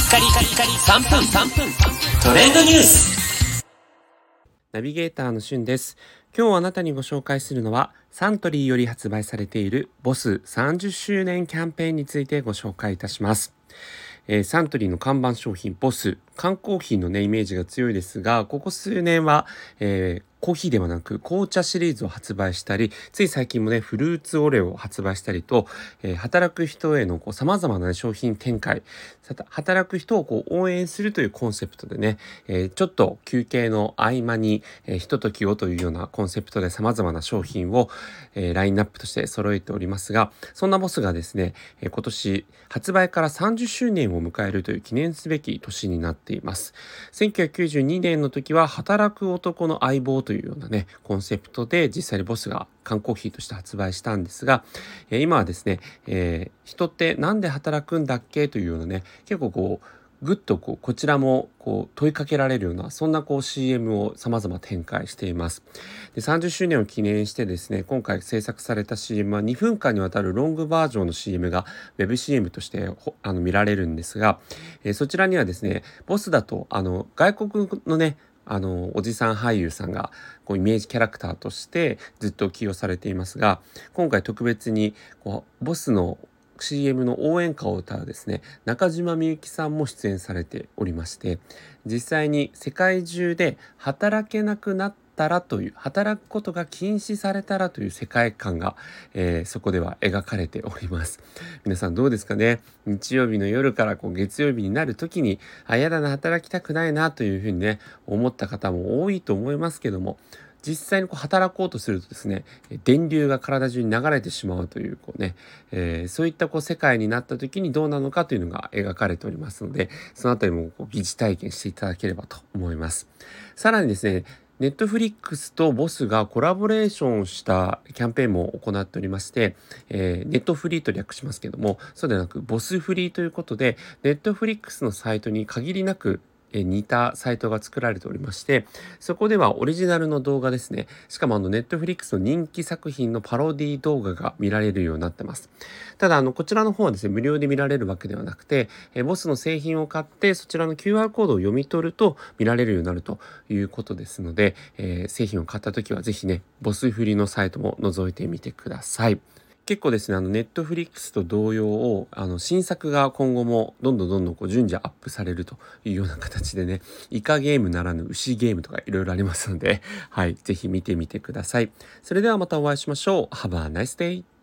カリカリカリ3分トレンドニュース。 ナビゲーターのしゅんです。今日あなたにご紹介するのはサントリーより発売されているボス30周年キャンペーンについてご紹介いたします。サントリーの看板商品ボス、缶コーヒーのイメージが強いですが、ここ数年は、コーヒーではなく紅茶シリーズを発売したり、つい最近もフルーツオレオを発売したりと、働く人への様々な商品展開、働く人を応援するというコンセプトでちょっと休憩の合間に、ひとときをというようなコンセプトで様々な商品を、ラインナップとして揃えておりますが、そんなボスがですね、今年発売から30周年を迎えるという記念すべき年になっています。1992年の時は働く男の相棒というようなコンセプトで実際にボスが缶コーヒーとして発売したんですが、今はですね、人ってなんで働くんだっけというような結構ぐっとこちらも問いかけられるようなそんなCM を様々展開しています。で、30周年を記念してですね、今回制作された CM は2分間にわたるロングバージョンの CM が WebCM として見られるんですが、そちらにはですね、ボスだと外国のおじさん俳優さんがイメージキャラクターとしてずっと起用されていますが、今回特別にボスの CM の応援歌を歌うですね、中島みゆきさんも出演されておりまして、実際に世界中で働けなくなったらという、働くことが禁止されたらという世界観が、そこでは描かれております。皆さんどうですかね。日曜日の夜から月曜日になる時に、やだな、働きたくないなというふうに思った方も多いと思いますけども、実際に働こうとするとですね、電流が体中に流れてしまうというそういった世界になった時にどうなのかというのが描かれておりますので、そのあたりも疑似体験していただければと思います。さらにですね、ネットフリックスとボスがコラボレーションしたキャンペーンも行っておりまして、ネットフリーと略しますけども、そうではなくボスフリーということで、ネットフリックスのサイトに限りなく似たサイトが作られておりまして、そこではオリジナルの動画ですね、しかもネットフリックスの人気作品のパロディ動画が見られるようになってます。ただこちらの方はですね、無料で見られるわけではなくて、ボスの製品を買ってそちらの QR コードを読み取ると見られるようになるということですので、製品を買った時はぜひボスフリのサイトも覗いてみてください。結構ですね、ネットフリックスと同様を新作が今後もどんどん順次アップされるというような形でイカゲームならぬ牛ゲームとかいろいろありますので、はい、ぜひ見てみてください。それではまたお会いしましょう。Have a nice day!